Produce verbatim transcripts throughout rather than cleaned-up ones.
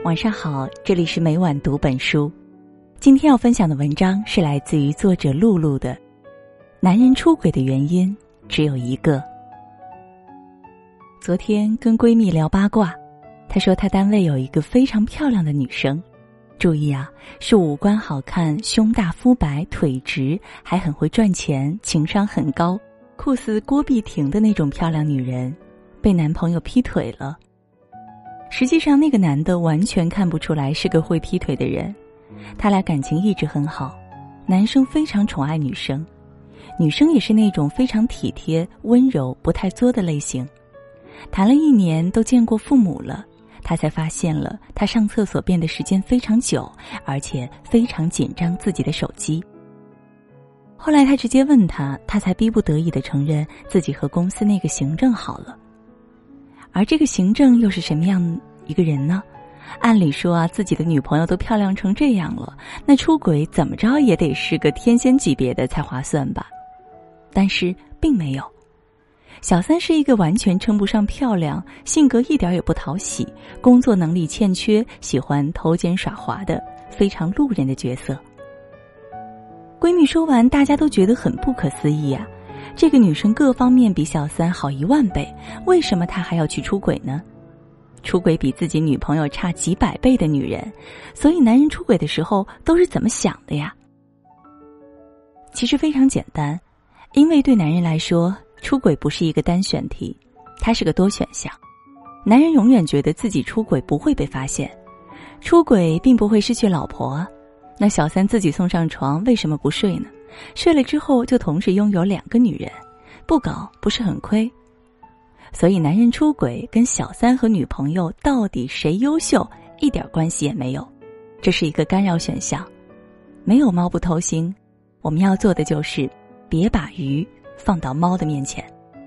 晚上好，这里是每晚读本书。今天要分享的文章是来自于作者露露的《男人出轨的原因只有一个》。昨天跟闺蜜聊八卦，她说她单位有一个非常漂亮的女生，注意啊，是五官好看、胸大肤白、腿直，还很会赚钱，情商很高，酷似郭碧婷的那种漂亮女人，被男朋友劈腿了。实际上那个男的完全看不出来是个会劈腿的人，他俩感情一直很好，男生非常宠爱女生，女生也是那种非常体贴、温柔、不太作的类型。谈了一年都见过父母了，他才发现了他上厕所变的时间非常久，而且非常紧张自己的手机。后来他直接问他，他才逼不得已地承认自己和公司那个行政好了。而这个行政又是什么样一个人呢？按理说啊，自己的女朋友都漂亮成这样了，那出轨怎么着也得是个天仙级别的才划算吧。但是并没有，小三是一个完全称不上漂亮，性格一点也不讨喜，工作能力欠缺，喜欢偷奸耍滑的非常路人的角色。闺蜜说完，大家都觉得很不可思议啊，这个女生各方面比小三好一万倍，为什么她还要去出轨呢？出轨比自己女朋友差几百倍的女人，所以男人出轨的时候都是怎么想的呀？其实非常简单，因为对男人来说，出轨不是一个单选题，它是个多选项。男人永远觉得自己出轨不会被发现，出轨并不会失去老婆啊，那小三自己送上床为什么不睡呢？睡了之后就同时拥有两个女人，不搞不是很亏？所以男人出轨跟小三和女朋友到底谁优秀一点关系也没有，这是一个干扰选项。没有猫不偷腥，我们要做的就是别把鱼放到猫的面前。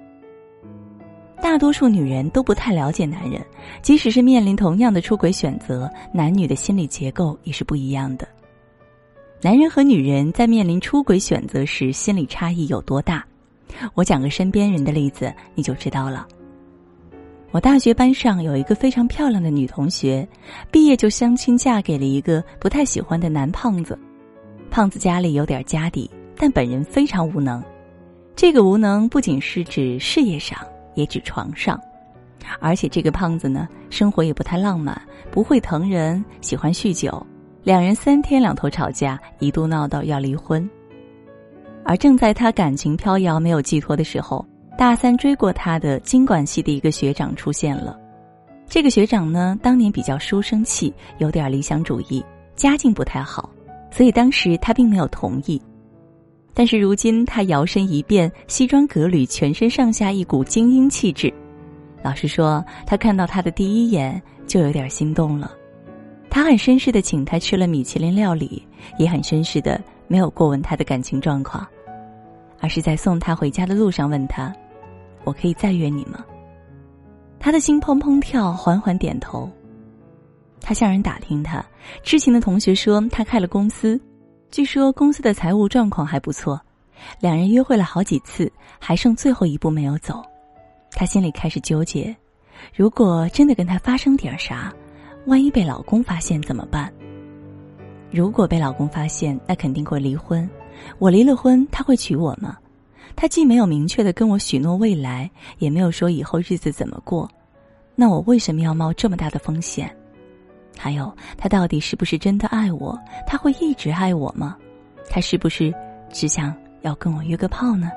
大多数女人都不太了解男人，即使是面临同样的出轨选择，男女的心理结构也是不一样的。男人和女人在面临出轨选择时，心理差异有多大？我讲个身边人的例子，你就知道了。我大学班上有一个非常漂亮的女同学，毕业就相亲嫁给了一个不太喜欢的男胖子。胖子家里有点家底，但本人非常无能。这个无能不仅是指事业上，也指床上。而且这个胖子呢，生活也不太浪漫，不会疼人，喜欢酗酒。两人三天两头吵架，一度闹到要离婚。而正在他感情飘摇没有寄托的时候，大三追过他的经管系的一个学长出现了。这个学长呢，当年比较书生气，有点理想主义，家境不太好，所以当时他并没有同意。但是如今他摇身一变，西装革履，全身上下一股精英气质。老实说，他看到他的第一眼就有点心动了。他很绅士地请他吃了米其林料理，也很绅士地没有过问他的感情状况，而是在送他回家的路上问他，我可以再约你吗？他的心砰砰跳，缓缓点头。他向人打听他，知情的同学说他开了公司，据说公司的财务状况还不错，两人约会了好几次，还剩最后一步没有走。他心里开始纠结，如果真的跟他发生点啥，万一被老公发现怎么办？如果被老公发现，那肯定会离婚。我离了婚，他会娶我吗？他既没有明确的跟我许诺未来，也没有说以后日子怎么过，那我为什么要冒这么大的风险？还有，他到底是不是真的爱我？他会一直爱我吗？他是不是只想要跟我约个炮呢？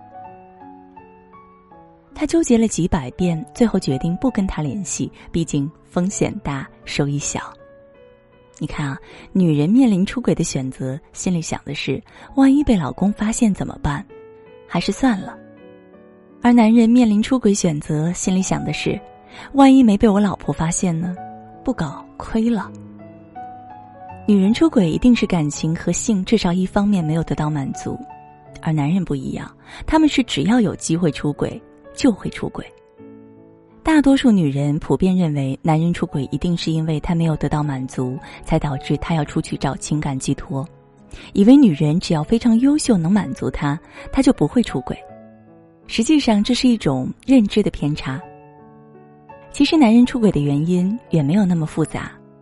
他纠结了几百遍，最后决定不跟他联系，毕竟风险大，收益小。你看啊，女人面临出轨的选择，心里想的是，万一被老公发现怎么办？还是算了。而男人面临出轨选择，心里想的是，万一没被我老婆发现呢？不搞，亏了。女人出轨一定是感情和性至少一方面没有得到满足，而男人不一样，他们是只要有机会出轨就会出轨。大多数女人普遍认为，男人出轨一定是因为他没有得到满足，才导致他要出去找情感寄托，以为女人只要非常优秀能满足他，他就不会出轨。实际上这是一种认知的偏差。其实男人出轨的原因远没有那么复杂，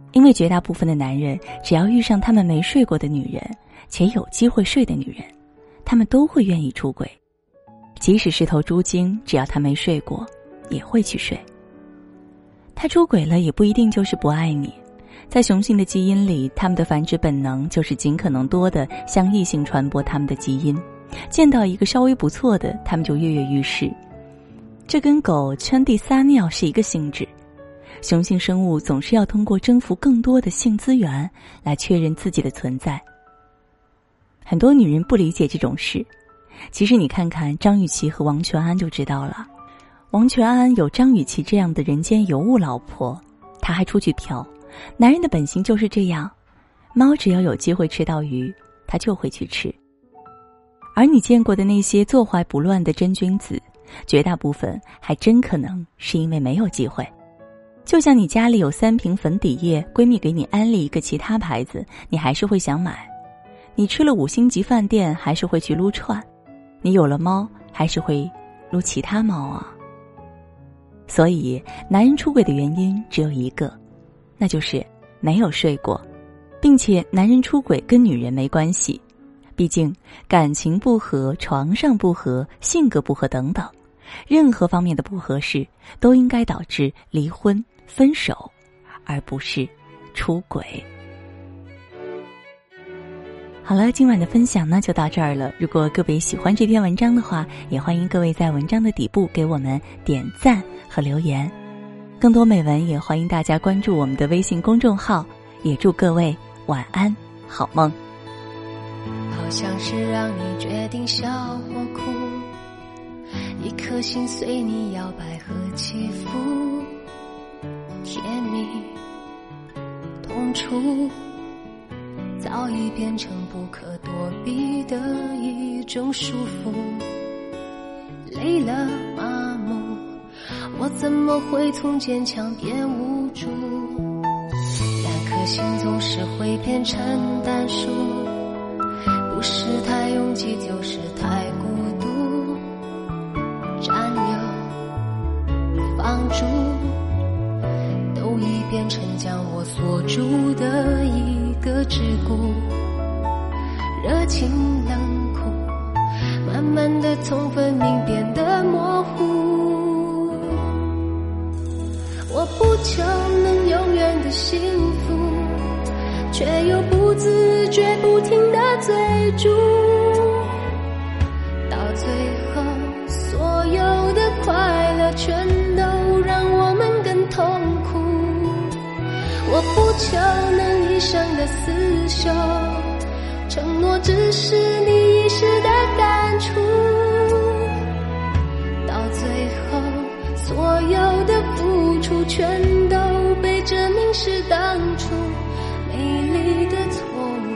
因为绝大部分的男人，只要遇上他们没睡过的女人，且有机会睡的女人，他们都会愿意出轨。即使是头猪精，只要他没睡过，也会去睡。他出轨了也不一定就是不爱你，在雄性的基因里，他们的繁殖本能就是尽可能多的向异性传播他们的基因，见到一个稍微不错的，他们就跃跃欲试。这跟狗圈地撒尿是一个性质，雄性生物总是要通过征服更多的性资源来确认自己的存在。很多女人不理解这种事，其实你看看张雨绮和王全安就知道了。王全安有张雨绮这样的人间尤物老婆，他还出去嫖。男人的本性就是这样，猫只要有机会吃到鱼，他就会去吃。而你见过的那些坐怀不乱的真君子，绝大部分还真可能是因为没有机会。就像你家里有三瓶粉底液，闺蜜给你安利一个其他牌子，你还是会想买。你吃了五星级饭店，还是会去撸串。你有了猫，还是会撸其他猫啊。所以男人出轨的原因只有一个，那就是没有睡过，并且男人出轨跟女人没关系，毕竟感情不合、床上不合、性格不合等等，任何方面的不合适都应该导致离婚、分手，而不是出轨。好了，今晚的分享呢就到这儿了。如果各位喜欢这篇文章的话，也欢迎各位在文章的底部给我们点赞和留言。更多美文也欢迎大家关注我们的微信公众号，也祝各位晚安好梦。 好像是让你决定笑或哭，一颗心随你摇摆和起伏，甜蜜痛楚早已变成不可躲避的一种束缚，累了麻木，我怎么会从坚强变无助？两颗心总是会变成单数，不是太拥挤就是太孤独，占有放逐都已变成将我锁住的一个桎梏，热情冷酷慢慢的从分明变得模糊，我不求能永远的幸福，却又不自觉不停地追逐，到最后所有的快乐全都让我们更痛苦，我不求能一生的厮守，承诺只是你一时的感触，到最后所有的付出全都被证明是当初美丽的错误。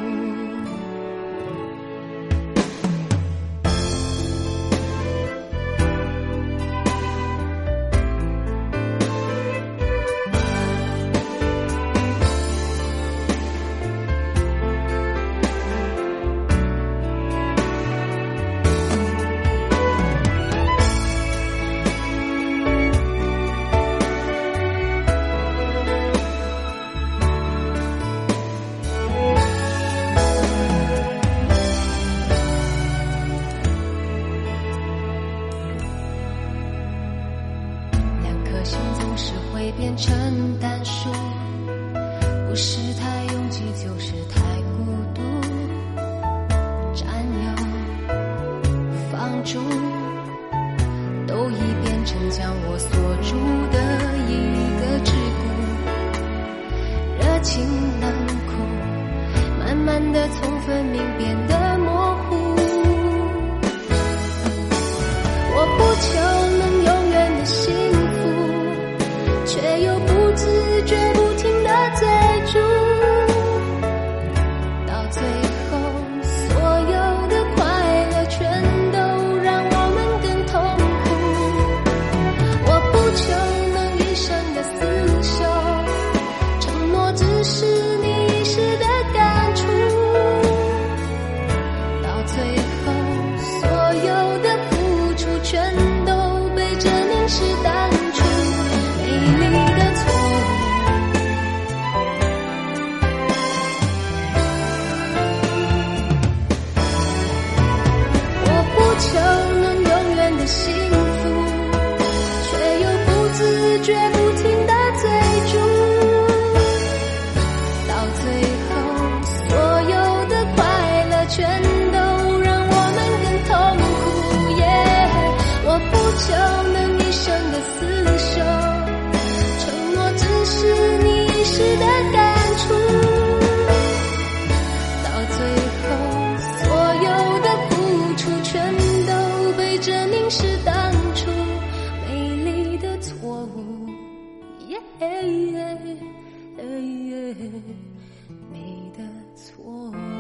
心总是会变成单数，不是太拥挤就是太孤独，占有放逐都已变成将我锁住的一个桎梏，热情冷酷慢慢的从分明变得模糊，我不求能永远的幸福，却又不自觉不停地追逐，到最后所有的快乐全都让我们更痛苦，我不求能一生的厮守，承诺只是你一时的感触， 你的错。